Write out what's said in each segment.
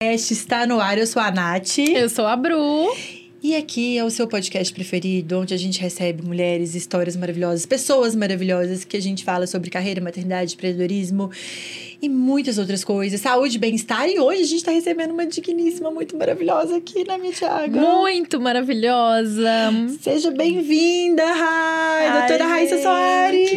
podcast está no ar. Eu sou a Nath. Eu sou a Bru. E aqui é o seu podcast preferido, onde a gente recebe mulheres, histórias maravilhosas, pessoas maravilhosas, que a gente fala sobre carreira, maternidade, empreendedorismo e muitas outras coisas. Saúde, bem-estar. E hoje a gente está recebendo uma digníssima, muito maravilhosa aqui, né, minha Thiaga? Muito maravilhosa. Seja bem-vinda, doutora Raíssa Soares.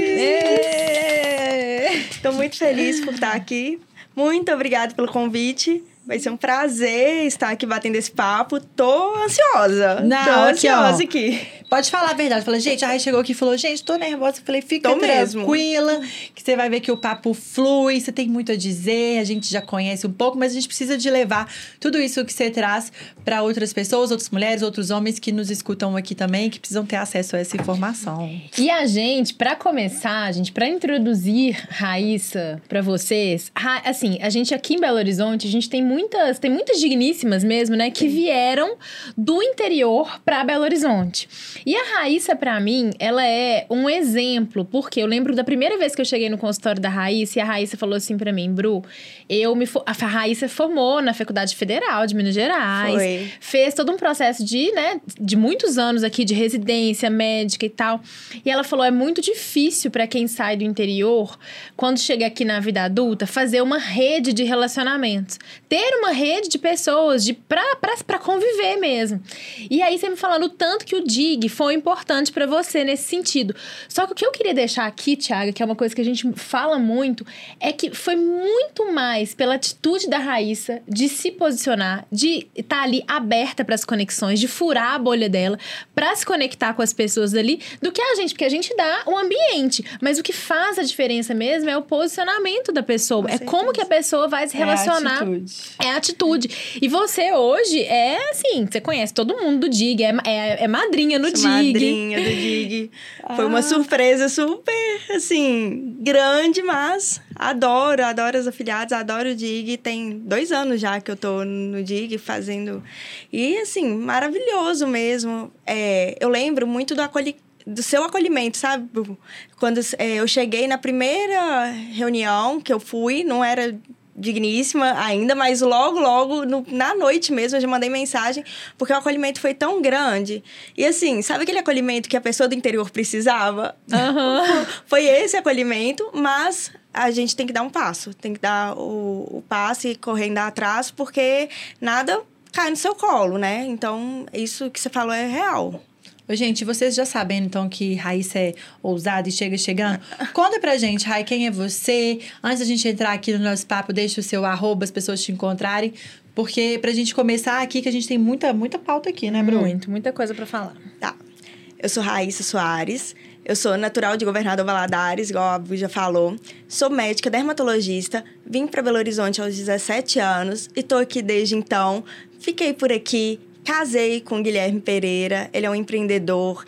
Estou muito feliz por estar aqui. Muito obrigada pelo convite. Vai ser um prazer estar aqui batendo esse papo. Tô ansiosa. Aqui. Pode falar a verdade. Falei, gente, a Raíssa chegou aqui e falou, gente, tô nervosa. Eu falei, fica tranquila, que você vai ver que o papo flui, você tem muito a dizer, a gente já conhece um pouco, mas a gente precisa de levar tudo isso que você traz para outras pessoas, outras mulheres, outros homens que nos escutam aqui também, que precisam ter acesso a essa informação. E a gente, para começar, para introduzir Raíssa para vocês, assim, a gente aqui em Belo Horizonte, a gente tem muitas digníssimas mesmo, né, que vieram do interior para Belo Horizonte. E a Raíssa, pra mim, ela é um exemplo, porque eu lembro da primeira vez que eu cheguei no consultório da Raíssa, e a Raíssa falou assim pra mim, Bru, a Raíssa formou na Faculdade Federal de Minas Gerais, fez todo um processo de muitos anos aqui, de residência médica e tal, e ela falou, é muito difícil pra quem sai do interior, quando chega aqui na vida adulta, fazer uma rede de relacionamentos, ter uma rede de pessoas pra conviver mesmo. E aí você me falando o tanto que o DIG foi importante pra você nesse sentido. Só que o que eu queria deixar aqui, Thiaga, que é uma coisa que a gente fala muito, é que foi muito mais pela atitude da Raíssa de se posicionar, de estar ali aberta para as conexões, de furar a bolha dela, pra se conectar com as pessoas ali, do que a gente, porque a gente dá o ambiente, mas o que faz a diferença mesmo é o posicionamento da pessoa, é como que a pessoa vai se relacionar. É a atitude. E você hoje é assim, você conhece todo mundo do DIG, é madrinha no DIG. Madrinha do DIG. Foi uma surpresa super, assim, grande, mas adoro as afiliadas, adoro o DIG. Tem 2 anos já que eu tô no DIG fazendo. E, assim, maravilhoso mesmo. Eu lembro muito do seu acolhimento, sabe? Quando eu cheguei na primeira reunião que eu fui, não era digníssima ainda, mas logo, na noite mesmo, eu já mandei mensagem, porque o acolhimento foi tão grande. E assim, sabe aquele acolhimento que a pessoa do interior precisava? Uhum. Foi esse acolhimento, mas a gente tem que dar um passo. Tem que dar o passo e correndo atrás, porque nada cai no seu colo, né? Então, isso que você falou é real. Gente, vocês já sabem, então, que Raíssa é ousada e chega chegando? Conta pra gente, Rai, quem é você? Antes da gente entrar aqui no nosso papo, deixa o seu @, as pessoas te encontrarem. Porque pra gente começar aqui, que a gente tem muita pauta aqui, né, Bru? Muita coisa pra falar. Tá. Eu sou Raíssa Soares. Eu sou natural de Governador Valadares, igual a Bru já falou. Sou médica dermatologista. Vim pra Belo Horizonte aos 17 anos e tô aqui desde então. Fiquei por aqui. Casei com o Guilherme Pereira, ele é um empreendedor,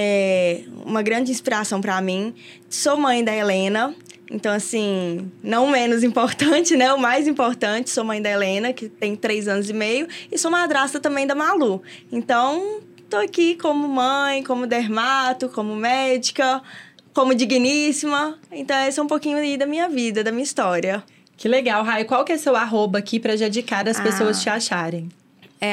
uma grande inspiração para mim. Sou mãe da Helena, então, assim, não menos importante, né? O mais importante, sou mãe da Helena, que tem 3 anos e meio, e sou madrasta também da Malu. Então, tô aqui como mãe, como dermato, como médica, como digníssima. Então, esse é um pouquinho aí da minha vida, da minha história. Que legal, Rai. Qual que é seu @ aqui para já de cara as pessoas te acharem? É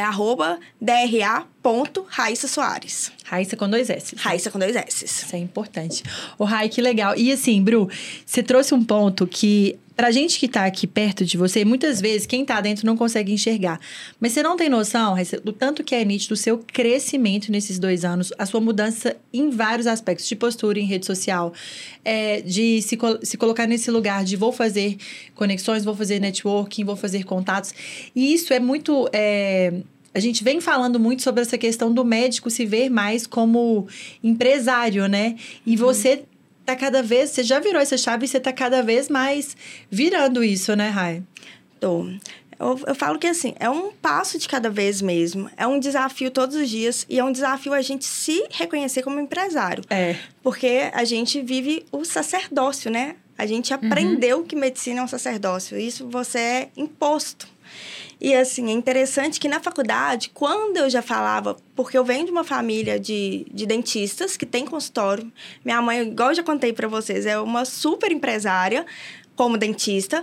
@dra.Raíssa Soares. Raíssa com 2 S. Raíssa com 2 S. Isso é importante. Rai, que legal. E assim, Bru, você trouxe um ponto que, pra gente que tá aqui perto de você, muitas vezes quem tá dentro não consegue enxergar. Mas você não tem noção, Raíssa, do tanto que é nítido o seu crescimento nesses 2 anos, a sua mudança em vários aspectos, de postura em rede social, de se colocar nesse lugar de vou fazer conexões, vou fazer networking, vou fazer contatos. E isso é muito... A gente vem falando muito sobre essa questão do médico se ver mais como empresário, né? E você tá você já virou essa chave e você tá cada vez mais virando isso, né, Rai? Tô. Eu falo que, assim, é um passo de cada vez mesmo. É um desafio todos os dias e é um desafio a gente se reconhecer como empresário. Porque a gente vive o sacerdócio, né? A gente aprendeu que medicina é um sacerdócio. Isso você é imposto. E, assim, é interessante que na faculdade, quando eu já falava... Porque eu venho de uma família de dentistas que tem consultório. Minha mãe, igual eu já contei para vocês, é uma super empresária. como dentista,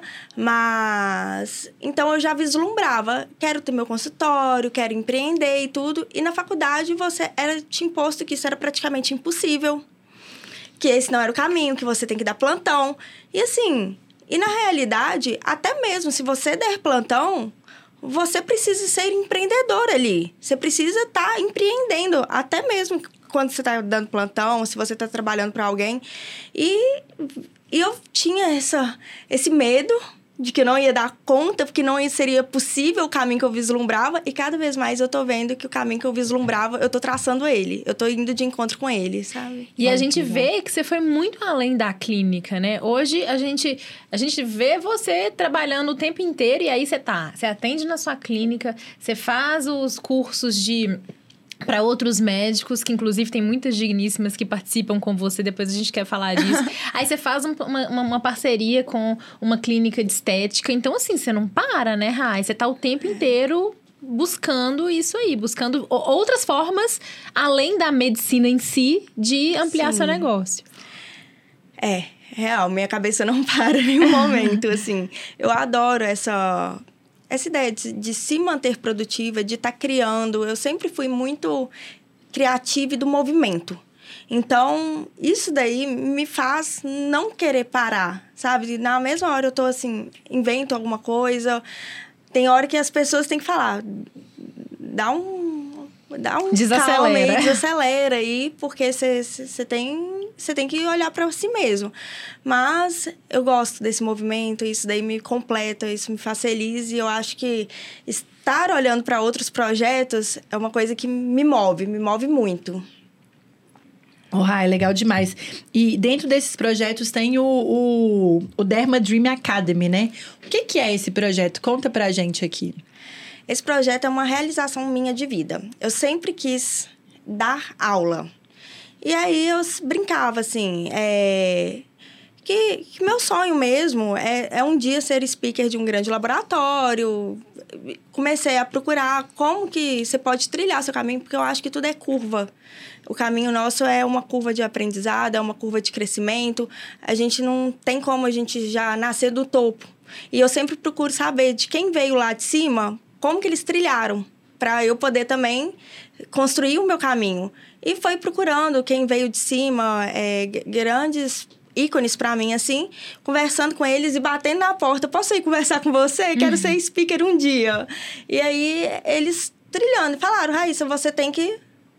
mas então eu já vislumbrava, quero ter meu consultório, quero empreender e tudo, e na faculdade era te imposto que isso era praticamente impossível, que esse não era o caminho, que você tem que dar plantão, e assim, e na realidade, até mesmo se você der plantão, você precisa ser empreendedor ali, você precisa estar empreendendo, até mesmo quando você está dando plantão, se você está trabalhando para alguém, e eu tinha esse medo de que eu não ia dar conta, porque não seria possível o caminho que eu vislumbrava. E cada vez mais eu tô vendo que o caminho que eu vislumbrava, eu tô traçando ele. Eu tô indo de encontro com ele, sabe? E a gente vê que você foi muito além da clínica, né? Hoje, a gente vê você trabalhando o tempo inteiro e aí você atende na sua clínica, você faz os cursos para outros médicos, que inclusive tem muitas digníssimas que participam com você, depois a gente quer falar disso. Aí você faz uma parceria com uma clínica de estética. Então, assim, você não para, né, Rai? Você tá o tempo inteiro buscando isso aí, buscando outras formas, além da medicina em si, de ampliar seu negócio. É, real, minha cabeça não para em nenhum momento, assim. Eu adoro essa ideia de se manter produtiva, de estar criando. Eu sempre fui muito criativa e do movimento. Então, isso daí me faz não querer parar, sabe? Na mesma hora eu tô assim, invento alguma coisa. Tem hora que as pessoas têm que falar, dá um desacelera. Calma aí, desacelera aí, porque você tem que olhar para si mesmo. Mas eu gosto desse movimento, isso daí me completa, isso me faz feliz. E eu acho que estar olhando para outros projetos é uma coisa que me move muito. Rai, legal demais. E dentro desses projetos tem o Derma Dream Academy, né? O que é esse projeto? Conta pra gente aqui. Esse projeto é uma realização minha de vida. Eu sempre quis dar aula. E aí eu brincava, assim, que meu sonho mesmo é um dia ser speaker de um grande laboratório. Comecei a procurar como que você pode trilhar seu caminho, porque eu acho que tudo é curva. O caminho nosso é uma curva de aprendizado, é uma curva de crescimento. A gente não tem como a gente já nascer do topo. E eu sempre procuro saber de quem veio lá de cima, como que eles trilharam, para eu poder também construir o meu caminho. E foi procurando quem veio de cima, grandes ícones para mim, assim, conversando com eles e batendo na porta. Posso ir conversar com você? Quero ser speaker um dia. E aí, eles trilhando. Falaram, Raíssa, você tem que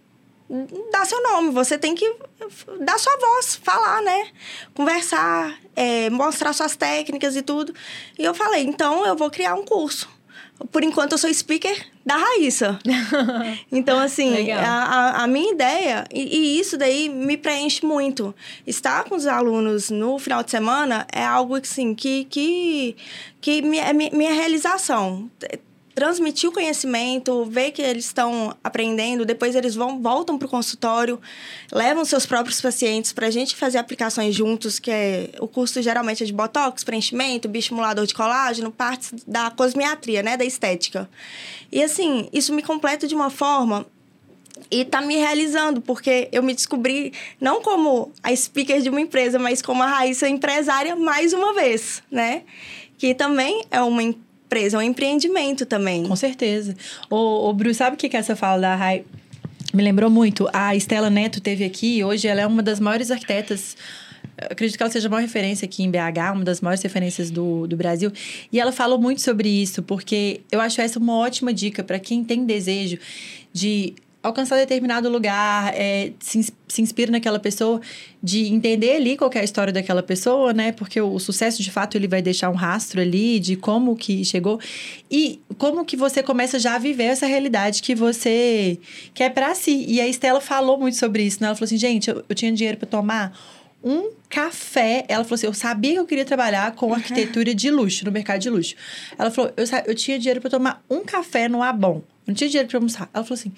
dar seu nome, você tem que dar sua voz, falar, né? Conversar, mostrar suas técnicas e tudo. E eu falei, então eu vou criar um curso. Por enquanto, eu sou speaker da Raíssa. Então, assim, a minha ideia, e isso daí me preenche muito. Estar com os alunos no final de semana é algo, assim, que é minha realização. Transmitir o conhecimento, ver que eles estão aprendendo, depois eles voltam para o consultório, levam seus próprios pacientes para a gente fazer aplicações juntos, que o curso geralmente é de botox, preenchimento, bioestimulador de colágeno, partes da cosmiatria, né, da estética. E assim, isso me completa de uma forma e tá me realizando, porque eu me descobri não como a speaker de uma empresa, mas como a Raíssa empresária mais uma vez, né? Que também é uma empresa, é um empreendimento também. Com certeza. Ô, Bru, sabe o que essa fala da Rai me lembrou muito? A Estela Neto teve aqui e hoje ela é uma das maiores arquitetas. Eu acredito que ela seja a maior referência aqui em BH, uma das maiores referências do Brasil. E ela falou muito sobre isso, porque eu acho essa uma ótima dica para quem tem desejo de alcançar determinado lugar, se inspira naquela pessoa, de entender ali qual que é a história daquela pessoa, né? Porque o sucesso, de fato, ele vai deixar um rastro ali de como que chegou e como que você começa já a viver essa realidade que você quer pra si. E a Estela falou muito sobre isso, né? Ela falou assim, gente, eu tinha dinheiro para tomar um café. Ela falou assim, eu sabia que eu queria trabalhar com arquitetura de luxo, no mercado de luxo. Ela falou, eu tinha dinheiro para tomar um café no Abon. Não tinha dinheiro para almoçar. Ela falou assim,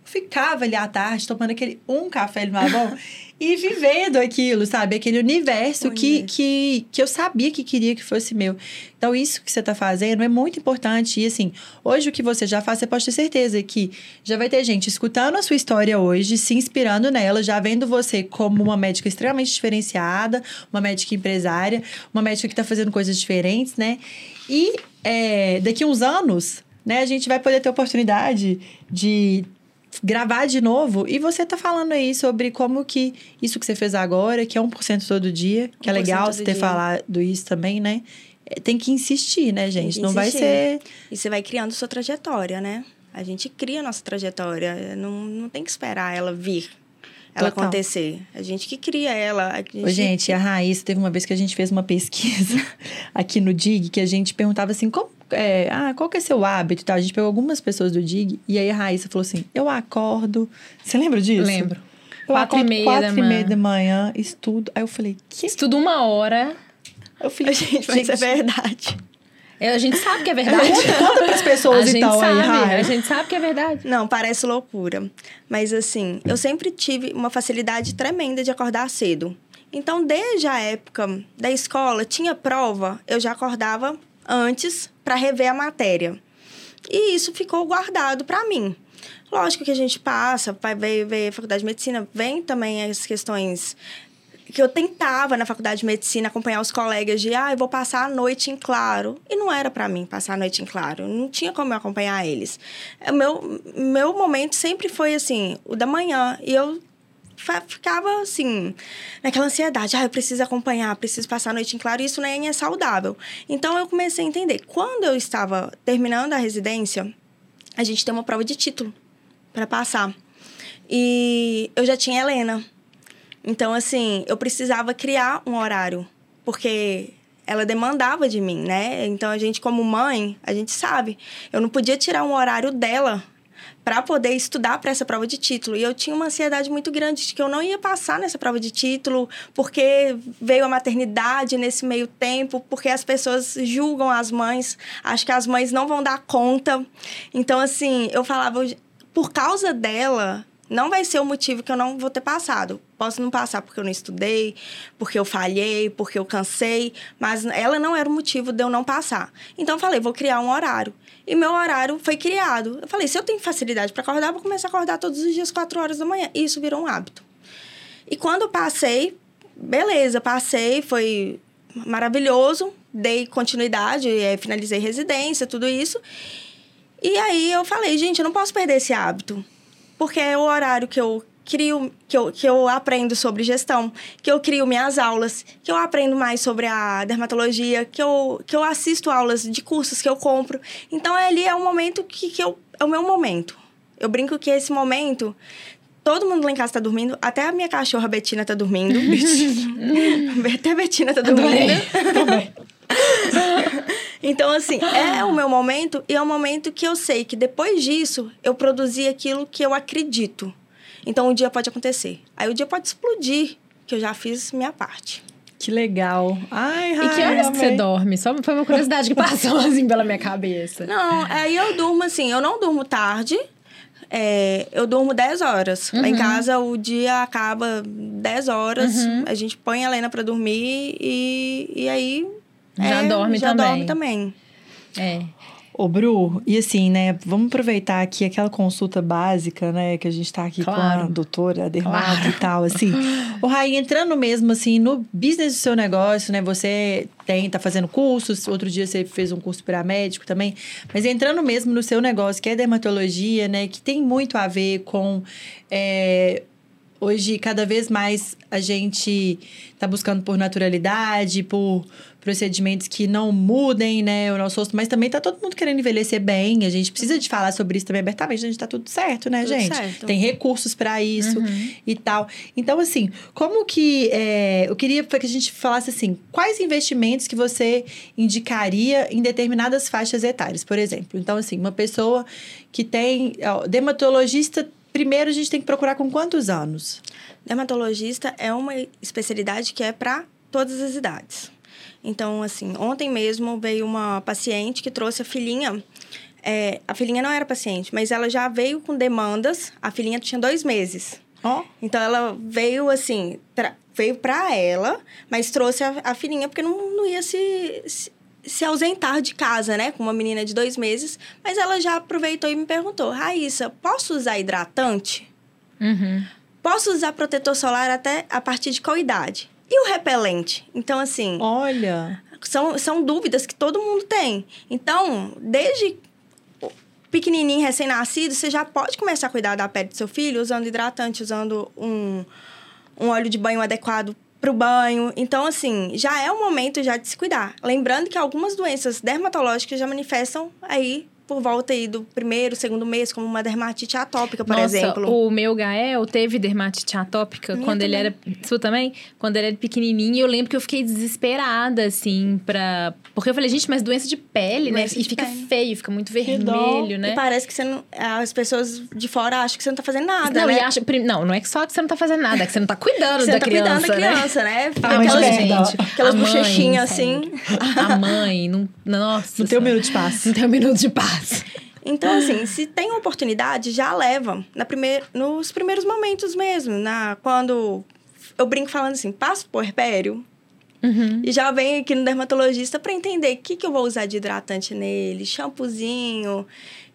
ficava ali à tarde tomando aquele café ali na mão e vivendo aquilo, sabe? Aquele universo que eu sabia que queria que fosse meu. Então, isso que você tá fazendo é muito importante. E, assim, hoje o que você já faz, você pode ter certeza que já vai ter gente escutando a sua história hoje, se inspirando nela, já vendo você como uma médica extremamente diferenciada, uma médica empresária, uma médica que tá fazendo coisas diferentes, né? E daqui uns anos, né, a gente vai poder ter a oportunidade de gravar de novo. E você tá falando aí sobre como que isso que você fez agora, que é 1% todo dia, que é legal você ter falado isso também, né? Tem que insistir, né, gente? Não vai ser... E você vai criando sua trajetória, né? A gente cria a nossa trajetória. Não tem que esperar ela vir, ela acontecer. A gente que cria ela. Gente, a Raíssa, teve uma vez que a gente fez uma pesquisa aqui no DIG, que a gente perguntava assim, qual que é seu hábito? Tá? A gente pegou algumas pessoas do DIG, e aí a Raíssa falou assim, eu acordo... Você lembra disso? Lembro. 4h30 da manhã, estudo. Aí eu falei, que... Estudo 1 hora. Eu falei, gente, mas é verdade. A gente sabe que é verdade. Conta pras pessoas então aí, a gente sabe que é verdade. Não, parece loucura. Mas assim, eu sempre tive uma facilidade tremenda de acordar cedo. Então, desde a época da escola, tinha prova, eu já acordava antes para rever a matéria. E isso ficou guardado para mim. Lógico que a gente passa, vai ver a faculdade de medicina, vem também as questões... que eu tentava na faculdade de medicina acompanhar os colegas de eu vou passar a noite em claro. E não era para mim passar a noite em claro. Não tinha como eu acompanhar eles. O meu momento sempre foi assim, o da manhã. E eu ficava assim, naquela ansiedade. Eu preciso acompanhar, preciso passar a noite em claro. E isso nem é saudável. Então, eu comecei a entender. Quando eu estava terminando a residência, a gente tem uma prova de título para passar. E eu já tinha Helena. Então, assim, eu precisava criar um horário, porque ela demandava de mim, né? Então, a gente, como mãe, a gente sabe. Eu não podia tirar um horário dela para poder estudar para essa prova de título. E eu tinha uma ansiedade muito grande de que eu não ia passar nessa prova de título, porque veio a maternidade nesse meio tempo, porque as pessoas julgam as mães, acho que as mães não vão dar conta. Então, assim, eu falava, por causa dela... não vai ser o motivo que eu não vou ter passado. Posso não passar porque eu não estudei, porque eu falhei, porque eu cansei, mas ela não era o motivo de eu não passar. Então, eu falei, vou criar um horário. E meu horário foi criado. Eu falei, se eu tenho facilidade para acordar, vou começar a acordar todos os dias 4 horas da manhã. E isso virou um hábito. E quando eu passei, beleza, passei, foi maravilhoso, dei continuidade, finalizei residência, tudo isso. E aí, eu falei, gente, eu não posso perder esse hábito. Porque é o horário que eu crio, que eu aprendo sobre gestão, que eu crio minhas aulas, que eu aprendo mais sobre a dermatologia, que eu assisto aulas de cursos que eu compro. Então, ali é um momento é o meu momento. Eu brinco que esse momento... todo mundo lá em casa tá dormindo, até a minha cachorra Betina tá dormindo. Até a Betina tá dormindo. Então, assim, é o meu momento e é um momento que eu sei que depois disso eu produzi aquilo que eu acredito. Então, um dia pode acontecer. Aí o dia pode explodir, que eu já fiz minha parte. Que legal. Ai, E que horas que você dorme? Só foi uma curiosidade que passou assim pela minha cabeça. Não, aí eu durmo assim, eu não durmo tarde. Eu durmo 10 horas. Lá em casa, o dia acaba 10 horas. A gente põe a Helena pra dormir e aí... já dorme também. Ô, Bru, e assim, né, vamos aproveitar aqui aquela consulta básica, né, que a gente tá aqui com a doutora, a dermato e tal, assim. Ô, Raí, entrando mesmo, assim, no business do seu negócio, né, você tá fazendo cursos, outro dia você fez um curso para médico também, mas entrando mesmo no seu negócio, que é dermatologia, né, que tem muito a ver com... hoje, cada vez mais, a gente tá buscando por naturalidade, por procedimentos que não mudem, né, o nosso rosto, mas também tá todo mundo querendo envelhecer bem, a gente precisa de falar sobre isso também abertamente, a gente tá tudo certo, né, gente? Certo. Tem recursos para isso e tal. Então, assim, como que... eu queria que a gente falasse, assim, quais investimentos que você indicaria em determinadas faixas etárias, por exemplo. Então, assim, uma pessoa que tem... dermatologista... Primeiro, a gente tem que procurar com quantos anos? Dermatologista é uma especialidade que é para todas as idades. Então, assim, ontem mesmo veio uma paciente que trouxe a filhinha A filhinha não era paciente, mas ela já veio com demandas. A filhinha tinha 2 meses. Então, ela veio, assim... Veio pra ela, mas trouxe a filhinha porque não ia se ausentar de casa, né? Com uma menina de 2 meses. Mas ela já aproveitou e me perguntou: Raíssa, posso usar hidratante? Posso usar protetor solar até a partir de qual idade? E o repelente? Então, assim... Olha... São dúvidas que todo mundo tem. Então, desde pequenininho, recém-nascido, você já pode começar a cuidar da pele do seu filho usando hidratante, usando um óleo de banho adequado para o banho. Então, assim, já é o momento já de se cuidar. Lembrando que algumas doenças dermatológicas já manifestam aí por volta aí do 1º, 2º mês, como uma dermatite atópica, por exemplo. O meu Gael teve dermatite atópica quando ele era... Sua também? Quando ele era pequenininho. Eu lembro que eu fiquei desesperada, assim, porque eu falei, gente, mas doença de pele, né? E fica feio, fica muito vermelho, né? E parece que você não... As pessoas de fora acham que você não tá fazendo nada, não, né? Não é só que você não tá fazendo nada, é que você não tá cuidando da criança, cuidando da criança, né? Aquelas bochechinhas, assim. A mãe, nossa. Não tem um minuto de paz. Não tem um minuto de paz. Então, assim, se tem oportunidade, já leva nos primeiros momentos mesmo. Quando eu brinco falando assim, passo por puerpério, e já venho aqui no dermatologista para entender o que eu vou usar de hidratante nele, shampoozinho,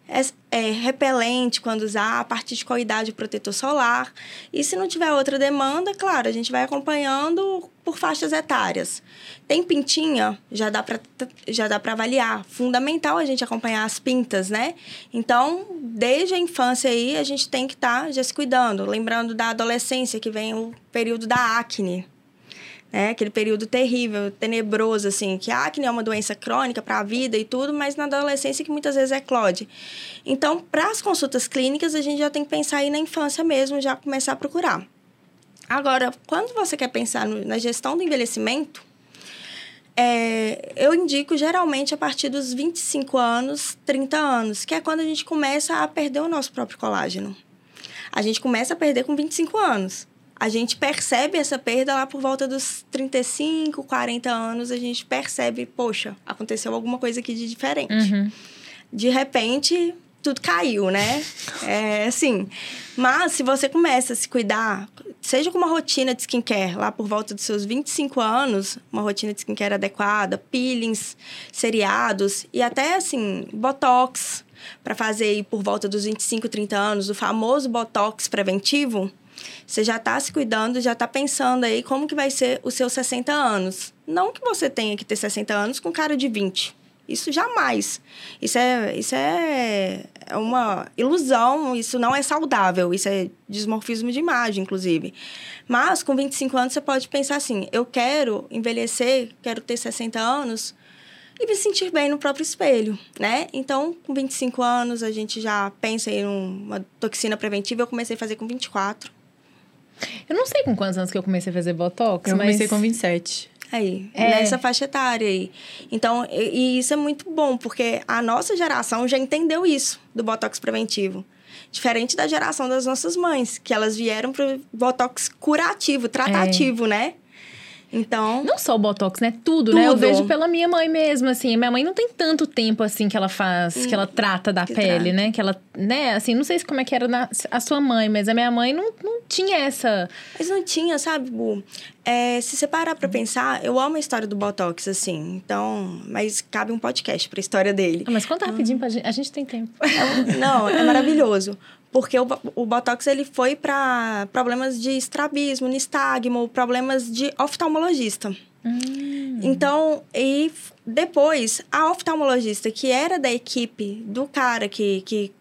repelente quando usar, a partir de qual idade o protetor solar. E se não tiver outra demanda, claro, a gente vai acompanhando por faixas etárias. Tem pintinha, já dá para avaliar. Fundamental a gente acompanhar as pintas, né? Então, desde a infância aí, a gente tem que estar já se cuidando. Lembrando da adolescência, que vem o período da acne. Aquele período terrível, tenebroso, assim, que a acne é uma doença crônica para a vida e tudo, mas na adolescência que muitas vezes eclode. Então, para as consultas clínicas, a gente já tem que pensar aí na infância mesmo, já começar a procurar. Agora, quando você quer pensar na gestão do envelhecimento, eu indico geralmente a partir dos 25 anos, 30 anos, que é quando a gente começa a perder o nosso próprio colágeno. A gente começa a perder com 25 anos. A gente percebe essa perda lá por volta dos 35, 40 anos. A gente percebe, poxa, aconteceu alguma coisa aqui de diferente. De repente, tudo caiu, né? Assim. Mas, se você começa a se cuidar, seja com uma rotina de skincare lá por volta dos seus 25 anos, uma rotina de skincare adequada, peelings, seriados e até, assim, botox, para fazer aí por volta dos 25, 30 anos, o famoso botox preventivo. Você já está se cuidando, já está pensando aí como que vai ser os seus 60 anos. Não que você tenha que ter 60 anos com cara de 20. Isso jamais. Isso é uma ilusão, isso não é saudável. Isso é dismorfismo de imagem, inclusive. Mas, com 25 anos, você pode pensar assim, eu quero envelhecer, quero ter 60 anos e me sentir bem no próprio espelho, né? Então, com 25 anos, a gente já pensa em uma toxina preventiva. Eu comecei a fazer com 24. Eu não sei com quantos anos que eu comecei a fazer botox, Eu comecei com 27. Aí, nessa faixa etária aí. Então, e isso é muito bom, porque a nossa geração já entendeu isso, do botox preventivo. Diferente da geração das nossas mães, que elas vieram pro botox curativo, tratativo, né? Então... Não só o botox, né? Tudo, né? Eu vejo pela minha mãe mesmo, assim. Minha mãe não tem tanto tempo, assim, que ela faz... Que ela trata da pele, né? Que ela... Né? Assim, não sei como é que era a sua mãe, mas a minha mãe não tinha essa... Mas não tinha, sabe, Bu? Se você parar pra pensar, eu amo a história do botox, assim. Então... Mas cabe um podcast pra história dele. Mas conta rapidinho pra gente. A gente tem tempo. Não, é maravilhoso. Porque o Botox, ele foi para problemas de estrabismo, nistagmo, problemas de oftalmologista. Então, e depois, a oftalmologista, que era da equipe do cara que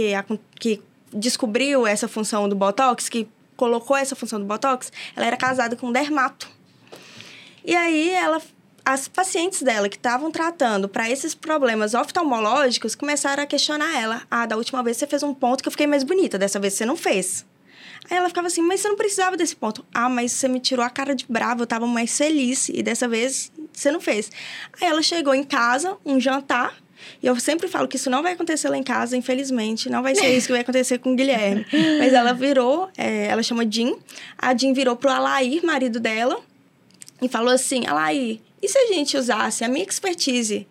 descobriu essa função do Botox, que colocou essa função do Botox, ela era casada com um dermato. E aí, as pacientes dela que estavam tratando para esses problemas oftalmológicos começaram a questionar ela. Da última vez você fez um ponto que eu fiquei mais bonita, dessa vez você não fez. Aí ela ficava assim, mas você não precisava desse ponto. Mas você me tirou a cara de brava, eu tava mais feliz e dessa vez você não fez. Aí ela chegou em casa, um jantar, e eu sempre falo que isso não vai acontecer lá em casa, infelizmente. Não vai ser isso que vai acontecer com o Guilherme. Mas ela virou, ela chama Jim. A Jim virou pro Alair, marido dela, e falou assim, Alair, e se a gente usasse a minha expertise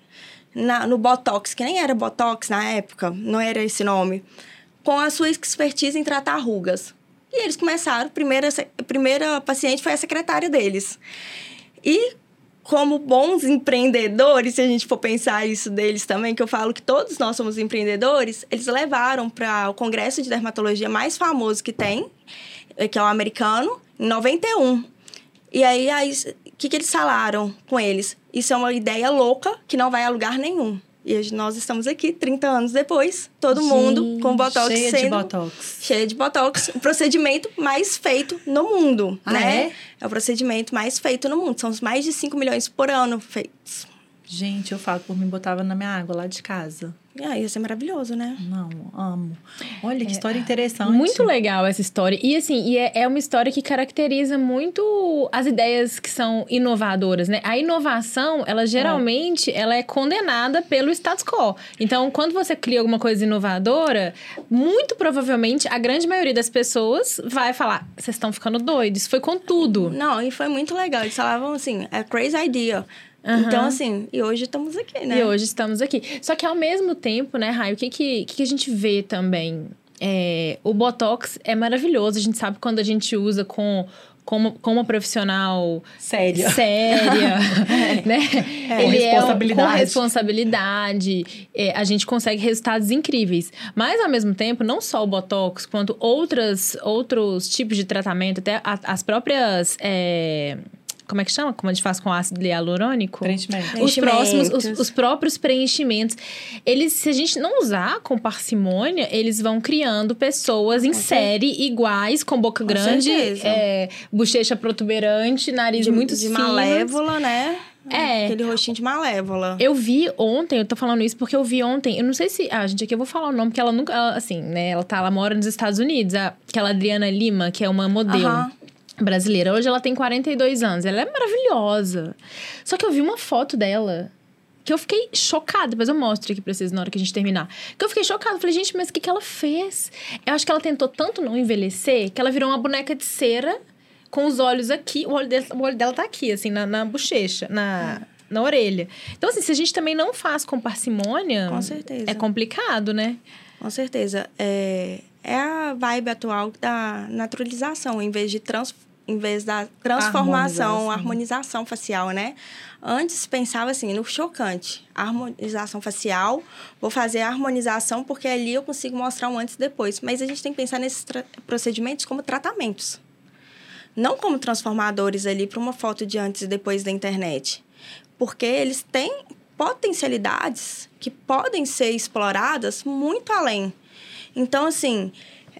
no Botox, que nem era Botox na época, não era esse nome, com a sua expertise em tratar rugas. E eles começaram, a primeira paciente foi a secretária deles. E como bons empreendedores, se a gente for pensar isso deles também, que eu falo que todos nós somos empreendedores, eles levaram para o congresso de dermatologia mais famoso que tem, que é o americano, em 91. E aí, o que eles falaram com eles? Isso é uma ideia louca que não vai a lugar nenhum. E nós estamos aqui, 30 anos depois, todo mundo com Botox cheia de Botox. O procedimento mais feito no mundo, né? É o procedimento mais feito no mundo. São mais de 5 milhões por ano feitos. Gente, eu falo por mim, botava na minha água lá de casa. Ia ser maravilhoso, né? Não, amo. Olha, que história interessante. Muito legal essa história. E assim, é uma história que caracteriza muito as ideias que são inovadoras, né? A inovação, ela geralmente ela é condenada pelo status quo. Então, quando você cria alguma coisa inovadora, muito provavelmente a grande maioria das pessoas vai falar: vocês estão ficando doidos. Foi com tudo. Não, e foi muito legal. Eles falavam assim, é crazy idea. Então, assim, e hoje estamos aqui, né? E hoje estamos aqui. Só que ao mesmo tempo, né, Rai, o que a gente vê também? O Botox é maravilhoso. A gente sabe quando a gente usa com uma profissional séria, né? Ele com responsabilidade. A gente consegue resultados incríveis. Mas, ao mesmo tempo, não só o Botox, quanto outros tipos de tratamento, até as próprias... como é que chama? Como a gente faz com ácido hialurônico? Preenchimento. Os próprios preenchimentos. Se a gente não usar com parcimônia, eles vão criando pessoas em série iguais, com boca grande, bochecha protuberante, nariz muito fino. De malévola, né? Aquele rostinho de malévola. Eu vi ontem, eu tô falando isso porque eu vi ontem, eu não sei se... gente, aqui eu vou falar o nome, porque ela nunca... assim, né? Ela mora nos Estados Unidos, aquela Adriana Lima, que é uma modelo. Brasileira. Hoje ela tem 42 anos. Ela é maravilhosa. Só que eu vi uma foto dela que eu fiquei chocada. Depois eu mostro aqui pra vocês na hora que a gente terminar. Que eu fiquei chocada. Falei, gente, mas o que ela fez? Eu acho que ela tentou tanto não envelhecer que ela virou uma boneca de cera com os olhos aqui. O olho dela tá aqui, assim, na bochecha, na orelha. Então, assim, se a gente também não faz com parcimônia... Com certeza. É complicado, né? Com certeza. É a vibe atual da naturalização, em vez da transformação, harmonização facial, né? Antes pensava assim, no chocante, harmonização facial, vou fazer a harmonização porque ali eu consigo mostrar um antes e depois. Mas a gente tem que pensar nesses procedimentos como tratamentos. Não como transformadores ali para uma foto de antes e depois da internet. Porque eles têm potencialidades que podem ser exploradas muito além. Então, assim,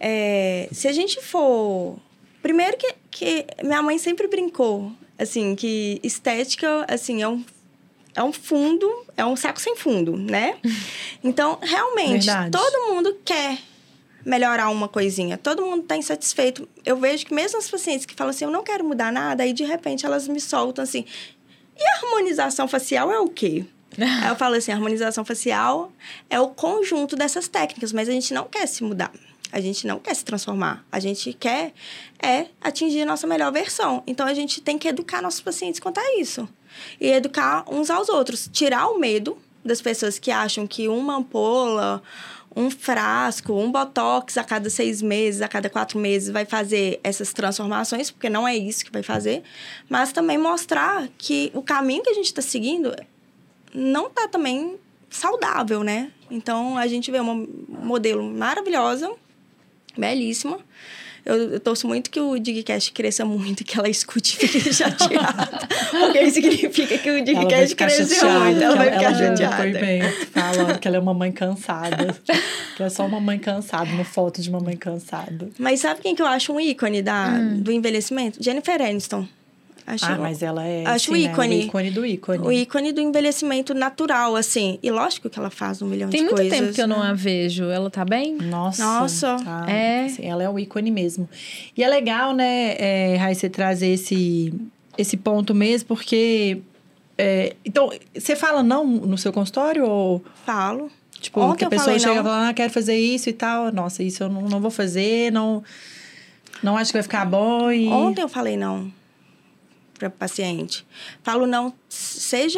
se a gente for... Primeiro que minha mãe sempre brincou, assim, que estética, assim, é um fundo, é um saco sem fundo, né? Então, realmente, todo mundo quer melhorar uma coisinha. Todo mundo está insatisfeito. Eu vejo que mesmo as pacientes que falam assim, eu não quero mudar nada, aí, de repente, elas me soltam assim, e a harmonização facial é o quê? Aí eu falo assim, a harmonização facial é o conjunto dessas técnicas, mas a gente não quer se mudar. A gente não quer se transformar. A gente quer atingir a nossa melhor versão. Então, a gente tem que educar nossos pacientes quanto a isso. E educar uns aos outros. Tirar o medo das pessoas que acham que uma ampola, um frasco, um botox a cada 6 meses, a cada 4 meses vai fazer essas transformações, porque não é isso que vai fazer. Mas também mostrar que o caminho que a gente está seguindo não está também saudável, né? Então, a gente vê uma modelo maravilhosa, belíssima. Eu torço muito que o Digcast cresça muito, que ela escute e fique chateada. Porque isso significa que o Digcast cresceu muito. Ela vai ficar chateada. Falando que ela é uma mãe cansada. Que é só uma mãe cansada, uma foto de uma mãe cansada. Mas sabe quem que eu acho um ícone do envelhecimento? Jennifer Aniston. Mas ela é... Acho o ícone. Né? O ícone do ícone. O ícone do envelhecimento natural, assim. E lógico que ela faz 1 milhão de coisas. Tem muito tempo que eu não a vejo. Ela tá bem? Nossa. Tá. Assim, ela é o ícone mesmo. E é legal, né, Rai, você trazer esse ponto mesmo, porque... então, você fala não no seu consultório ou... Falo. Tipo, ontem que a pessoa chega e fala, quero fazer isso e tal. Nossa, isso eu não vou fazer, não acho que vai ficar bom e... Ontem eu falei não para paciente. Falo não, seja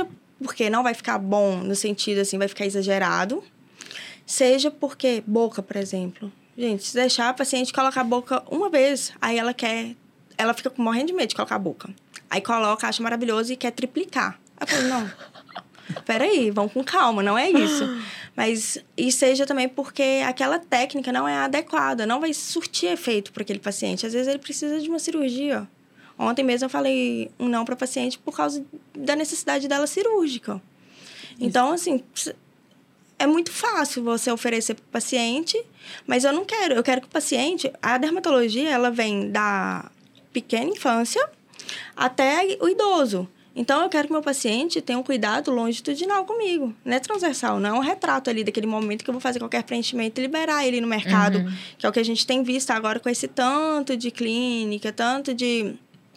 porque não vai ficar bom, no sentido, assim, vai ficar exagerado. Seja porque boca, por exemplo. Gente, se deixar a paciente colocar a boca uma vez, aí ela fica morrendo de medo de colocar a boca. Aí coloca, acha maravilhoso e quer triplicar. Aí eu falo, não, peraí, vamos com calma, não é isso. Mas, e seja também porque aquela técnica não é adequada, não vai surtir efeito para aquele paciente. Às vezes ele precisa de uma cirurgia. Ontem mesmo eu falei um não para a paciente por causa da necessidade dela cirúrgica. Então, assim, é muito fácil você oferecer para o paciente, mas eu quero que o paciente... A dermatologia, ela vem da pequena infância até o idoso. Então, eu quero que meu paciente tenha um cuidado longitudinal comigo. Não é transversal, não é um retrato ali daquele momento que eu vou fazer qualquer preenchimento e liberar ele no mercado, que é o que a gente tem visto agora com esse tanto de clínica, tanto de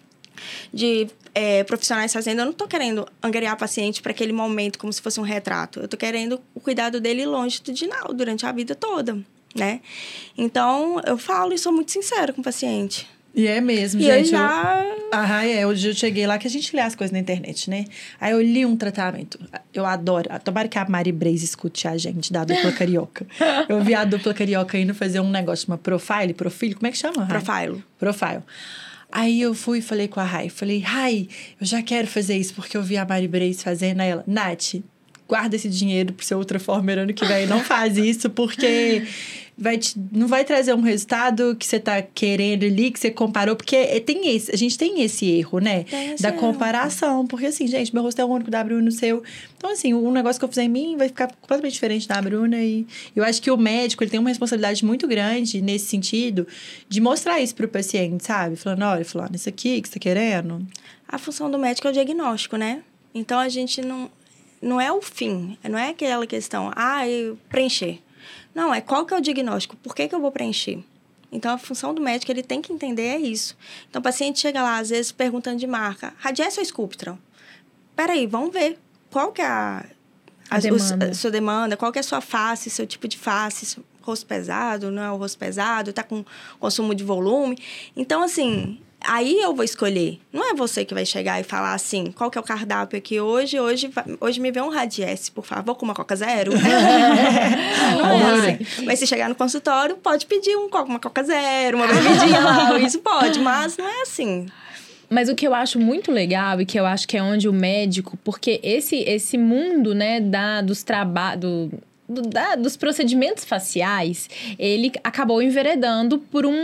profissionais fazendo. Eu não estou querendo angariar paciente para aquele momento como se fosse um retrato. Eu estou querendo o cuidado dele longitudinal durante a vida toda, né? Então, eu falo e sou muito sincera com o paciente. E é mesmo, e gente. Hoje eu cheguei lá, que a gente lê as coisas na internet, né? Aí eu li um tratamento. Eu adoro. Tomara que a Mari Breis escute a gente, da dupla carioca. Eu vi a dupla carioca indo fazer um negócio, uma profile, como é que chama? Profile. Aí eu fui e falei com a Rai. Falei, Rai, eu já quero fazer isso, porque eu vi a Mari Breis fazendo. Aí ela, Nath, guarda esse dinheiro pro seu outra forma ano que vem. Não faz isso, porque não vai trazer um resultado que você tá querendo ali, que você comparou. Porque a gente tem esse erro, né? Da comparação. Porque assim, gente, meu rosto é o único da Bruna, o seu. Então, assim, um negócio que eu fizer em mim vai ficar completamente diferente da Bruna. E eu acho que o médico, ele tem uma responsabilidade muito grande nesse sentido, de mostrar isso pro paciente, sabe? Falando, olha, fulano, isso aqui que você tá querendo. A função do médico é o diagnóstico, né? Então, a gente não é o fim. Não é aquela questão, eu preencher. Não, qual que é o diagnóstico? Por que eu vou preencher? Então, a função do médico, ele tem que entender isso. Então, o paciente chega lá, às vezes, perguntando de marca. Radiesse ou Sculptra? Peraí, vamos ver. Qual que é a sua demanda? Qual que é a sua face, seu tipo de face? Rosto pesado, não é o rosto pesado? Tá com consumo de volume? Então, assim, aí eu vou escolher. Não é você que vai chegar e falar assim, qual que é o cardápio aqui hoje? Hoje me vê um Radiesse, por favor, com uma Coca Zero. Não é assim. Mas se chegar no consultório, pode pedir uma Coca Zero, uma bebidinha lá, isso pode, mas não é assim. Mas o que eu acho muito legal e que eu acho que é onde o médico... Porque esse mundo, né, dos procedimentos faciais, ele acabou enveredando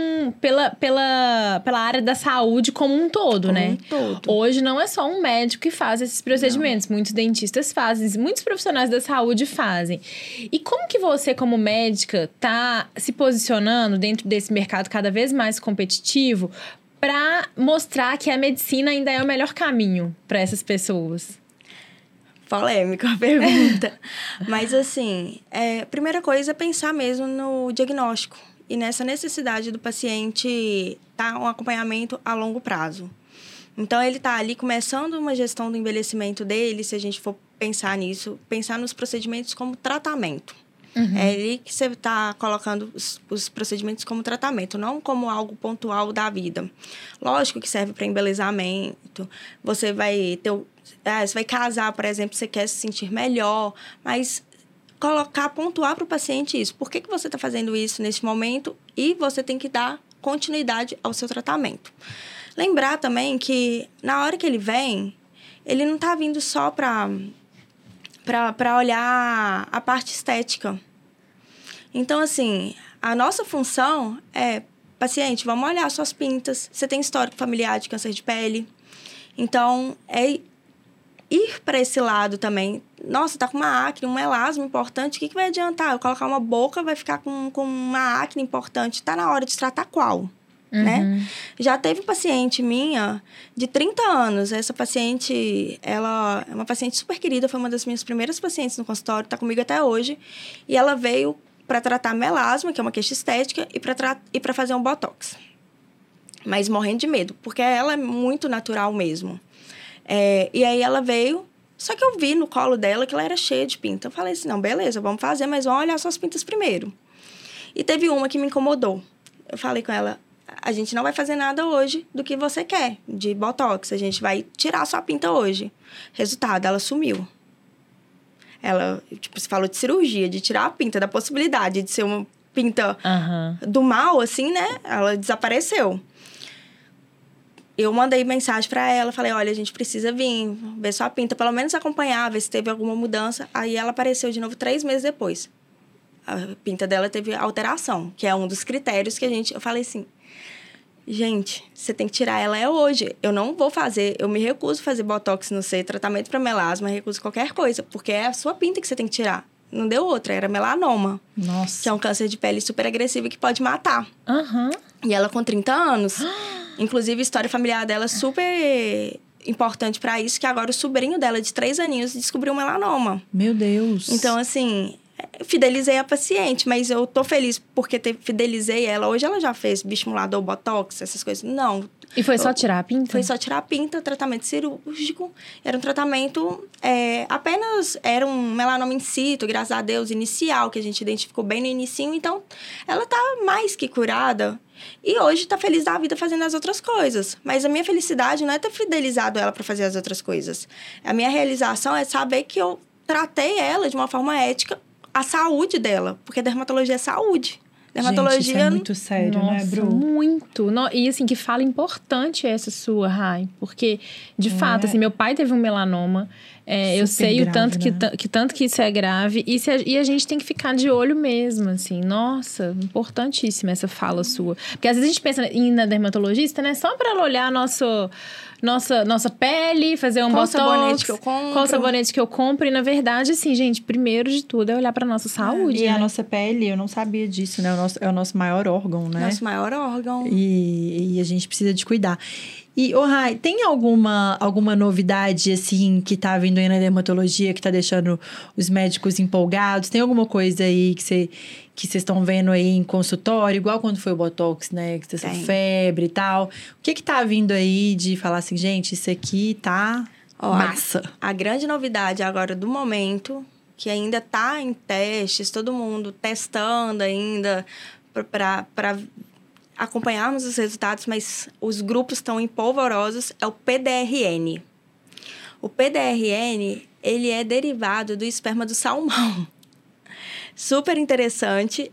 pela área da saúde como um todo, né? Hoje não é só um médico que faz esses procedimentos. Não. Muitos dentistas fazem, muitos profissionais da saúde fazem. E como que você, como médica, tá se posicionando dentro desse mercado cada vez mais competitivo para mostrar que a medicina ainda é o melhor caminho para essas pessoas? Polêmica a pergunta. Mas, assim, a primeira coisa é pensar mesmo no diagnóstico e nessa necessidade do paciente um acompanhamento a longo prazo. Então, ele está ali começando uma gestão do envelhecimento dele, se a gente for pensar nisso, pensar nos procedimentos como tratamento. É ali que você está colocando os procedimentos como tratamento, não como algo pontual da vida. Lógico que serve para embelezamento, você vai casar, por exemplo, você quer se sentir melhor, mas pontuar para o paciente isso. Por que você está fazendo isso nesse momento? E você tem que dar continuidade ao seu tratamento. Lembrar também que, na hora que ele vem, ele não está vindo só para olhar a parte estética. Então, assim, a nossa função é, paciente, vamos olhar suas pintas. Você tem histórico familiar de câncer de pele. Então, é ir para esse lado também. Nossa, tá com uma acne, um melasma importante. O que vai adiantar? Eu colocar uma boca, vai ficar com uma acne importante. Tá na hora de tratar qual? Né? Já teve paciente minha de 30 anos. Essa paciente, ela é uma paciente super querida, foi uma das minhas primeiras pacientes no consultório, tá comigo até hoje. E ela veio para tratar melasma, que é uma queixa estética, e para fazer um botox. Mas morrendo de medo, porque ela é muito natural mesmo. E aí ela veio, só que eu vi no colo dela que ela era cheia de pinta. Eu falei assim, não, beleza, vamos fazer, mas vamos olhar suas pintas primeiro. E teve uma que me incomodou. Eu falei com ela, a gente não vai fazer nada hoje do que você quer, de botox. A gente vai tirar a sua pinta hoje. Resultado, ela sumiu. Ela, tipo, você falou de cirurgia, de tirar a pinta, da possibilidade de ser uma pinta do mal, assim, né? Ela desapareceu. Eu mandei mensagem pra ela, falei, olha, a gente precisa vir, ver sua pinta, pelo menos acompanhar, ver se teve alguma mudança. Aí ela apareceu de novo 3 meses depois. A pinta dela teve alteração, que é um dos critérios que eu falei assim, gente, você tem que tirar ela hoje. Eu não vou fazer, eu me recuso a fazer botox no seio, tratamento para melasma, recuso qualquer coisa, porque é a sua pinta que você tem que tirar. Não deu outra, era melanoma. Nossa. Que é um câncer de pele super agressivo que pode matar. Aham. E ela com 30 anos. Inclusive, a história familiar dela é super importante para isso, que agora o sobrinho dela, de 3 aninhos, descobriu melanoma. Meu Deus. Então, assim, fidelizei a paciente, mas eu tô feliz porque fidelizei ela. Hoje ela já fez bioestimulador, botox, essas coisas. Não. E foi só tirar a pinta? Foi só tirar a pinta, tratamento cirúrgico. Era um tratamento, apenas era um melanoma in situ, graças a Deus, inicial, que a gente identificou bem no inicinho. Então, ela tá mais que curada. E hoje tá feliz da vida fazendo as outras coisas. Mas a minha felicidade não é ter fidelizado ela para fazer as outras coisas. A minha realização é saber que eu tratei ela de uma forma ética, a saúde dela. Porque dermatologia é saúde. Dermatologia... Gente, isso é muito sério, Nossa, né, Bru? Muito. E assim, que fala importante essa sua, Rai. Porque, de fato, assim, meu pai teve um melanoma. Eu sei grave, o tanto né? que tanto que isso é grave. E a gente tem que ficar de olho mesmo, assim. Nossa, importantíssima essa fala sua. Porque às vezes a gente pensa em ir na dermatologista, né? Só para ela olhar nossa pele, fazer um Qual botox. sabonete que eu compro. Qual sabonete que eu compro. E, na verdade, assim, gente, primeiro de tudo é olhar pra nossa saúde, E né? a nossa pele, eu não sabia disso, né? É o nosso maior órgão, né? Nosso maior órgão. E a gente precisa de cuidar. E, Rai, tem alguma novidade, assim, que tá vindo aí na dermatologia, que tá deixando os médicos empolgados? Tem alguma coisa aí que vocês estão vendo aí em consultório? Igual quando foi o Botox, né? Que essa febre e tal. O que tá vindo aí de falar assim, gente, isso aqui tá massa? A grande novidade agora do momento, que ainda tá em testes, todo mundo testando ainda para acompanharmos os resultados, mas os grupos estão empolvorosos, é o PDRN. O PDRN, ele é derivado do esperma do salmão. Super interessante,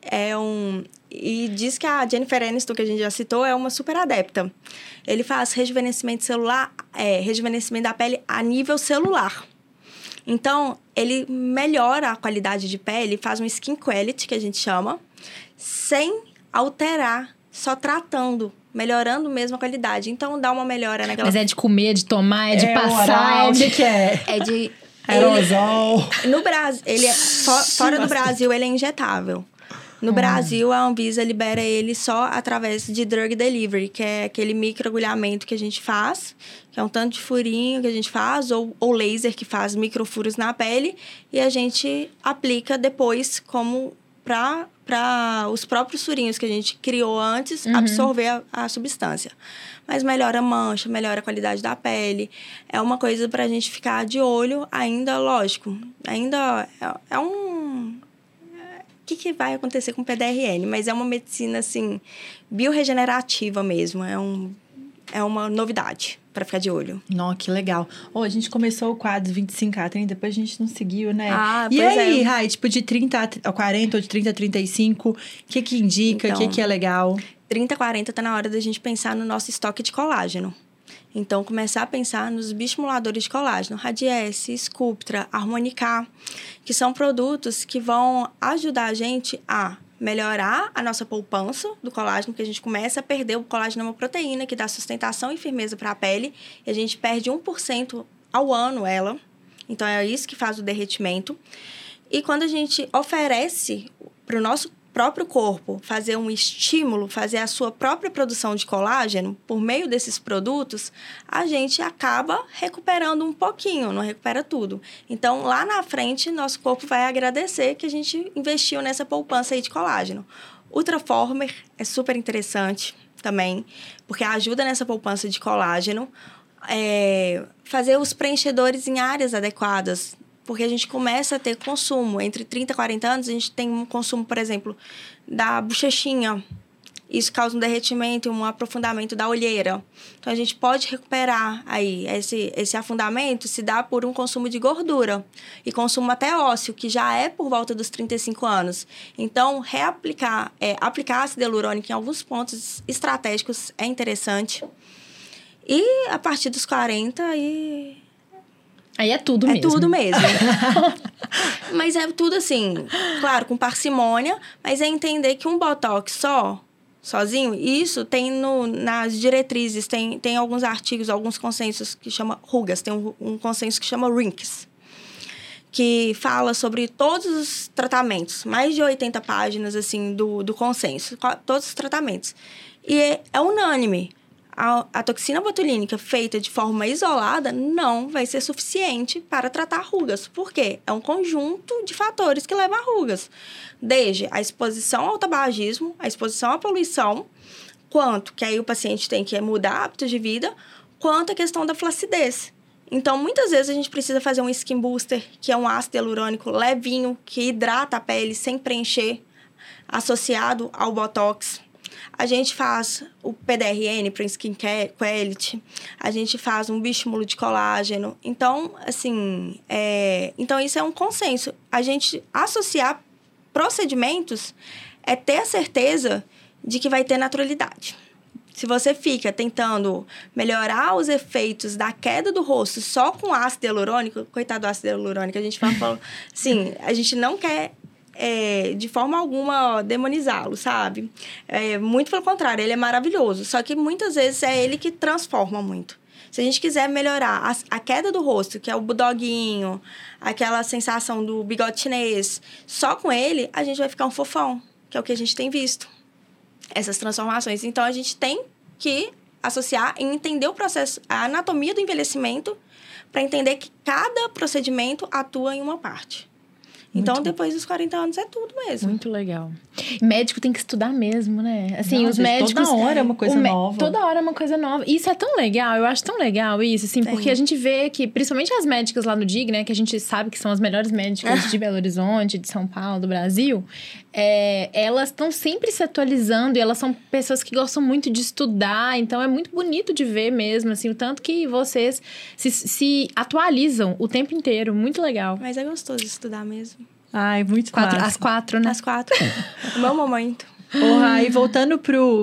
e diz que a Jennifer Aniston, que a gente já citou, é uma super adepta. Ele faz rejuvenescimento celular, rejuvenescimento da pele a nível celular. Então, ele melhora a qualidade de pele, faz um skin quality, que a gente chama, sem alterar, só tratando, melhorando mesmo a qualidade. Então, dá uma melhora naquela... Mas é de comer, é de tomar, é de passar, oral, o que é? É de... Aerosol. No Brasil, ele fora do Brasil, ele é injetável. No Brasil, a Anvisa libera ele só através de drug delivery, que é aquele microagulhamento que a gente faz, que é um tanto de furinho que a gente faz, ou laser que faz microfuros na pele, e a gente aplica depois como para os próprios furinhos que a gente criou antes absorver a substância. Mas melhora a mancha, melhora a qualidade da pele. É uma coisa para a gente ficar de olho ainda, lógico. Ainda é um... O que vai acontecer com o PDRN? Mas é uma medicina, assim, biorregenerativa mesmo. É uma novidade para ficar de olho. Não, que legal. A gente começou o quadro 25 a 30, depois a gente não seguiu, né? E pois aí, Rai, tipo, de 30 a 40 ou de 30 a 35, o que indica, o Então, que é legal? 30 a 40 tá na hora da gente pensar no nosso estoque de colágeno. Então, começar a pensar nos bioestimuladores de colágeno, Radiesse, Sculptra, Harmonica, que são produtos que vão ajudar a gente a melhorar a nossa poupança do colágeno, porque a gente começa a perder o colágeno, é uma proteína que dá sustentação e firmeza para a pele, e a gente perde 1% ao ano ela. Então, é isso que faz o derretimento. E quando a gente oferece para o nosso próprio corpo fazer um estímulo, fazer a sua própria produção de colágeno por meio desses produtos, a gente acaba recuperando um pouquinho, não recupera tudo. Então, lá na frente, nosso corpo vai agradecer que a gente investiu nessa poupança aí de colágeno. Ultraformer é super interessante também, porque ajuda nessa poupança de colágeno. Fazer os preenchedores em áreas adequadas, porque a gente começa a ter consumo. Entre 30 e 40 anos, a gente tem um consumo, por exemplo, da bochechinha. isso causa um derretimento e um aprofundamento da olheira. Então, a gente pode recuperar aí esse afundamento se dá por um consumo de gordura e consumo até ósseo, que já é por volta dos 35 anos. Então, aplicar ácido hialurônico em alguns pontos estratégicos é interessante. E a partir dos 40, aí é tudo mesmo. É tudo mesmo. Mas é tudo assim, claro, com parcimônia, mas é entender que um botox sozinho, isso tem nas diretrizes, tem alguns artigos, alguns consensos que chama rugas, tem um consenso que chama RINCS, que fala sobre todos os tratamentos, mais de 80 páginas, assim, do consenso, todos os tratamentos. E é unânime. A toxina botulínica feita de forma isolada não vai ser suficiente para tratar rugas. Por quê? É um conjunto de fatores que levam a rugas. Desde a exposição ao tabagismo, a exposição à poluição, quanto que aí o paciente tem que mudar hábitos de vida, quanto a questão da flacidez. Então, muitas vezes a gente precisa fazer um skin booster, que é um ácido hialurônico levinho, que hidrata a pele sem preencher, associado ao botox. A gente faz o PDRN para Skin Quality, a gente faz um biestímulo de colágeno. Então, assim, então isso é um consenso. A gente associar procedimentos é ter a certeza de que vai ter naturalidade. Se você fica tentando melhorar os efeitos da queda do rosto só com ácido hialurônico, coitado do ácido hialurônico, a gente fala assim, a gente não quer de forma alguma demonizá-lo, sabe? Muito pelo contrário, ele é maravilhoso. Só que muitas vezes é ele que transforma muito. Se a gente quiser melhorar a queda do rosto, que é o budoguinho, aquela sensação do bigode chinês, só com ele, a gente vai ficar um fofão, que é o que a gente tem visto. Essas transformações. Então, a gente tem que associar e entender o processo, a anatomia do envelhecimento, para entender que cada procedimento atua em uma parte. Então, depois dos 40 anos, é tudo mesmo. Muito legal. Médico tem que estudar mesmo, né? Assim, Não, os gente, médicos... toda hora é uma coisa nova. Toda hora é uma coisa nova. Isso é tão legal, eu acho tão legal isso, assim, porque a gente vê que, principalmente as médicas lá no DIG, né? Que a gente sabe que são as melhores médicas de Belo Horizonte, de São Paulo, do Brasil. Elas estão sempre se atualizando e elas são pessoas que gostam muito de estudar. Então, é muito bonito de ver mesmo, assim, o tanto que vocês se atualizam o tempo inteiro. Muito legal. Mas é gostoso estudar mesmo. Ai, muito massa. Às 4, né? Às 4. O meu momento. E voltando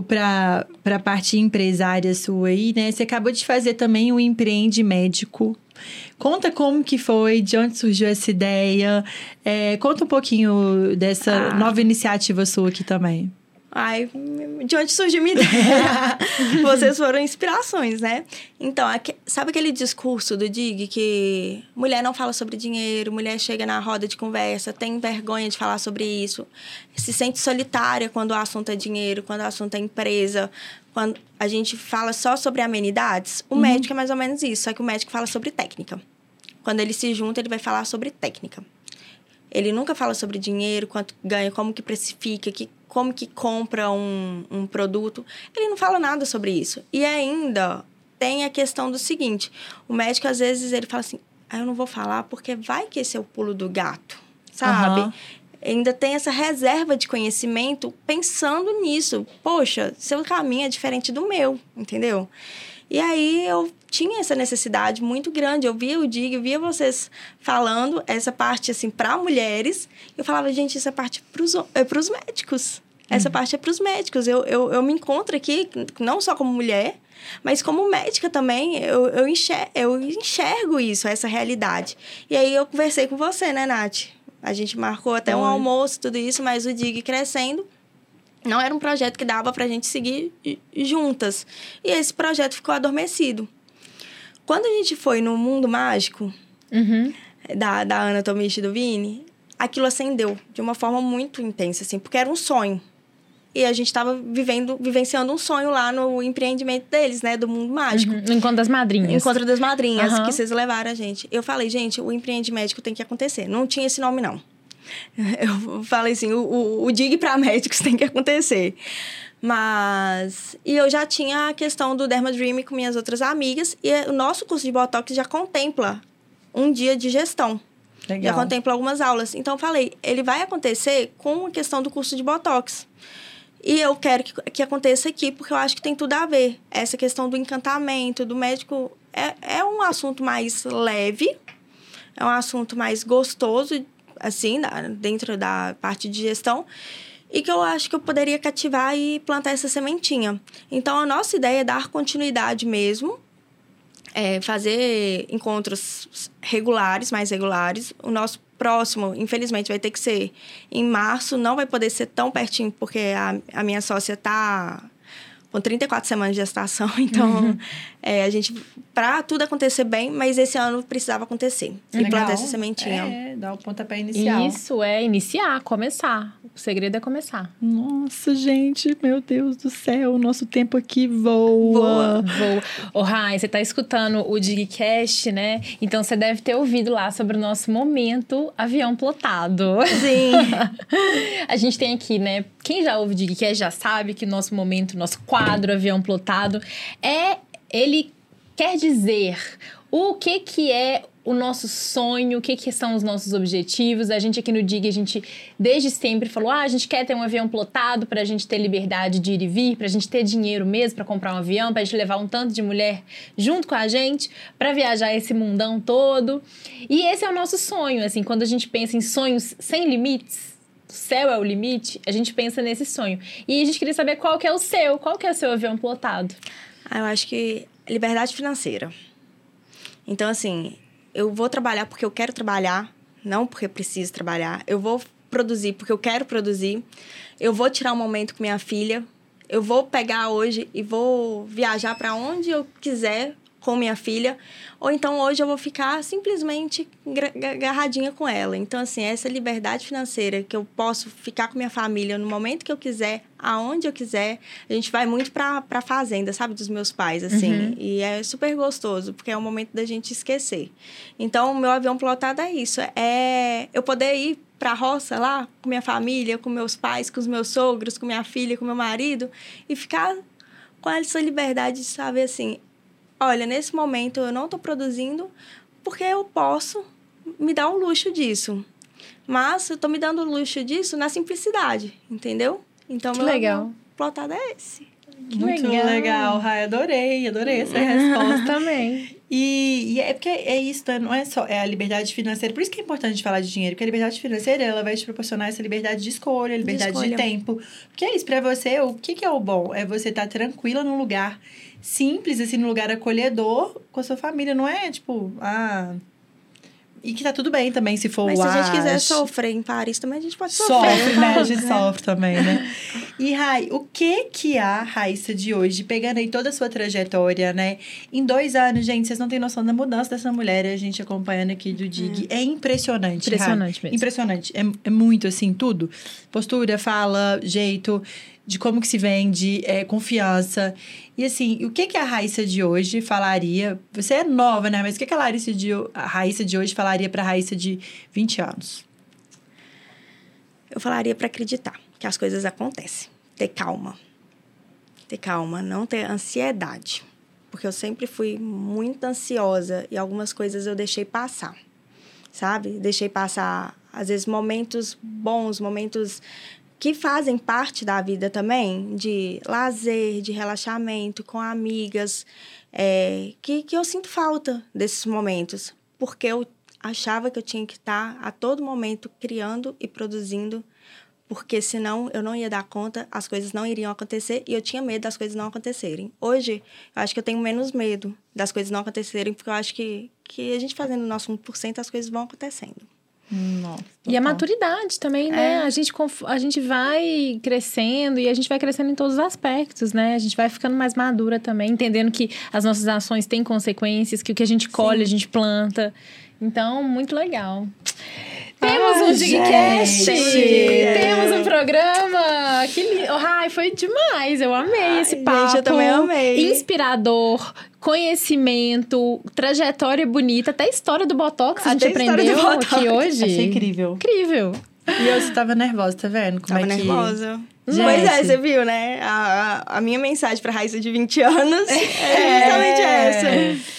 pra parte empresária sua aí, né? Você acabou de fazer também o Empreende Médico. Conta como que foi, de onde surgiu essa ideia. Conta um pouquinho dessa nova iniciativa sua aqui também. Ai, de onde surgiu minha ideia? Vocês foram inspirações, né? Então, sabe aquele discurso do DIG que mulher não fala sobre dinheiro, mulher chega na roda de conversa, tem vergonha de falar sobre isso, se sente solitária quando o assunto é dinheiro, quando o assunto é empresa, quando a gente fala só sobre amenidades? O médico é mais ou menos isso, só que o médico fala sobre técnica. Quando ele se junta, ele vai falar sobre técnica. Ele nunca fala sobre dinheiro, quanto ganha, como que precifica, como que compra um produto. Ele não fala nada sobre isso. E ainda tem a questão do seguinte, o médico, às vezes, ele fala assim, eu não vou falar porque vai que esse é o pulo do gato, sabe? Ainda tem essa reserva de conhecimento pensando nisso. Poxa, seu caminho é diferente do meu, entendeu? E aí, eu tinha essa necessidade muito grande. Eu via o DIG, eu via vocês falando essa parte, assim, para mulheres. Eu falava, gente, essa parte é para os médicos. Essa parte é para os médicos. Eu me encontro aqui, não só como mulher, mas como médica também. Eu enxergo isso, essa realidade. E aí, eu conversei com você, né, Nath? A gente marcou até um almoço, tudo isso, mas o DIG crescendo. Não era um projeto que dava pra gente seguir juntas. E esse projeto ficou adormecido. Quando a gente foi no Mundo Mágico, da Ana Tomichi e do Vini, aquilo acendeu de uma forma muito intensa, assim, porque era um sonho. E a gente estava vivenciando um sonho lá no empreendimento deles, né? Do Mundo Mágico. No Encontro das Madrinhas. Encontro das Madrinhas, que vocês levaram a gente. Eu falei, gente, o Empreende Médico tem que acontecer. Não tinha esse nome, não. Eu falei assim, o DIG para médicos tem que acontecer. E eu já tinha a questão do Derma Dream com minhas outras amigas. E o nosso curso de Botox já contempla um dia de gestão. Legal. Já contempla algumas aulas. Então, eu falei, ele vai acontecer com a questão do curso de Botox. E eu quero que aconteça aqui, porque eu acho que tem tudo a ver. Essa questão do encantamento, do médico, é um assunto mais leve, é um assunto mais gostoso, assim, dentro da parte de gestão, e que eu acho que eu poderia cativar e plantar essa sementinha. Então, a nossa ideia é dar continuidade mesmo, fazer encontros regulares, mais regulares. O nosso próximo, infelizmente, vai ter que ser em março. Não vai poder ser tão pertinho, porque a minha sócia está com 34 semanas de gestação. Então, a gente... Para tudo acontecer bem, mas esse ano precisava acontecer. E plantar essa sementinha. Dar o pontapé inicial. Isso, iniciar, começar. O segredo é começar. Nossa, gente, meu Deus do céu, o nosso tempo aqui voa. Ô, Rai, você tá escutando o Digcast, né? Então, você deve ter ouvido lá sobre o nosso momento avião plotado. Sim. A gente tem aqui, né? Quem já ouve o Digcast já sabe que o nosso momento, nosso quadro avião plotado, ele quer dizer o que é o nosso sonho, o que são os nossos objetivos. A gente aqui no DIG, a gente desde sempre falou, a gente quer ter um avião plotado pra gente ter liberdade de ir e vir, pra gente ter dinheiro mesmo pra comprar um avião, pra gente levar um tanto de mulher junto com a gente, pra viajar esse mundão todo. E esse é o nosso sonho, assim, quando a gente pensa em sonhos sem limites, o céu é o limite, a gente pensa nesse sonho. E a gente queria saber qual que é o seu avião plotado. Eu acho que liberdade financeira. Então, assim, eu vou trabalhar porque eu quero trabalhar, não porque eu preciso trabalhar. Eu vou produzir porque eu quero produzir. Eu vou tirar um momento com minha filha. Eu vou pegar hoje e vou viajar para onde eu quiser com minha filha. Ou então, hoje eu vou ficar simplesmente agarradinha com ela. Então, assim, essa liberdade financeira que eu posso ficar com minha família no momento que eu quiser, aonde eu quiser. A gente vai muito pra fazenda, sabe? Dos meus pais, assim. E é super gostoso, porque é o momento da gente esquecer. Então, o meu avião plotado é isso. É eu poder ir pra roça lá, com minha família, com meus pais, com os meus sogros, com minha filha, com meu marido. E ficar com essa liberdade de saber, assim... Olha, nesse momento eu não estou produzindo porque eu posso me dar o luxo disso. Mas eu estou me dando o luxo disso na simplicidade, entendeu? Então, que legal. Plotado é esse. Muito legal, Rai. Adorei essa resposta. Também. E é porque é isso, né? Não é só a liberdade financeira. Por isso que é importante falar de dinheiro, porque a liberdade financeira, ela vai te proporcionar essa liberdade de escolha, liberdade de tempo. Porque é isso, pra você, o que é o bom? É você estar tranquila num lugar simples, assim, num lugar acolhedor com a sua família. Não é, tipo, E que tá tudo bem também, se for Mas se a gente quiser sofrer em Paris também, a gente pode sofrer. Sofre, né? A gente sofre também, né? E, Rai, o que a Raíssa de hoje, pegando aí toda a sua trajetória, né? Em 2 anos, gente, vocês não têm noção da mudança dessa mulher, a gente acompanhando aqui do DIG. É impressionante, Impressionante Rai. mesmo. Impressionante. É muito, assim, tudo. Postura, fala, jeito... de como que se vende, confiança. E, assim, o que a Raíssa de hoje falaria... Você é nova, né? Mas o que a Raíssa de hoje falaria pra Raíssa de 20 anos? Eu falaria pra acreditar que as coisas acontecem. Ter calma. Ter calma, não ter ansiedade. Porque eu sempre fui muito ansiosa e algumas coisas eu deixei passar, sabe? Deixei passar, às vezes, momentos bons, momentos... que fazem parte da vida também, de lazer, de relaxamento, com amigas, que eu sinto falta desses momentos, porque eu achava que eu tinha que estar a todo momento criando e produzindo, porque senão eu não ia dar conta, as coisas não iriam acontecer e eu tinha medo das coisas não acontecerem. Hoje, eu acho que eu tenho menos medo das coisas não acontecerem, porque eu acho que a gente fazendo o nosso 1%, as coisas vão acontecendo. Nossa, e a maturidade também, né? A gente vai crescendo e a gente vai crescendo em todos os aspectos, né? A gente vai ficando mais madura também, entendendo que as nossas ações têm consequências, que o que a gente colhe, a gente planta. Então, muito legal. Temos um Digcast! Temos um programa! Que lindo! Ai, foi demais! Eu amei esse papo. Gente, eu também amei. Inspirador, conhecimento, trajetória bonita, até a história do Botox a gente aprendeu aqui hoje. Achei incrível. Incrível. E eu tava nervosa, tá vendo? Tava nervosa. Gente. Pois é, você viu, né? A minha mensagem pra Raíssa de 20 anos é justamente essa.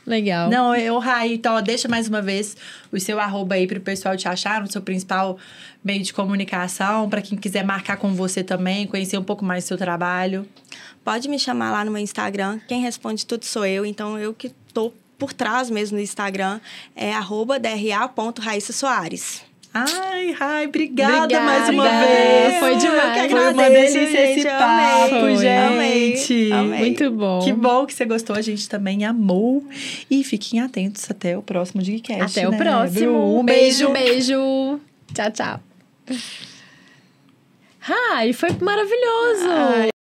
Legal. Não, Rai, então, ó, deixa mais uma vez o seu @ aí pro pessoal te achar no seu principal meio de comunicação, para quem quiser marcar com você também, conhecer um pouco mais do seu trabalho. Pode me chamar lá no meu Instagram. Quem responde tudo sou eu. Então, eu que tô por trás mesmo no Instagram. É @dra.raissasoares. Ai, Rai, obrigada mais uma vez. Foi demais. Foi uma delícia esse papo, amei. gente. Amei. Muito bom. Que bom que você gostou, a gente também amou. E fiquem atentos até o próximo Digcast. Até o né, próximo. Bru? Um beijo. Tchau, tchau. Ai, foi maravilhoso. Ai.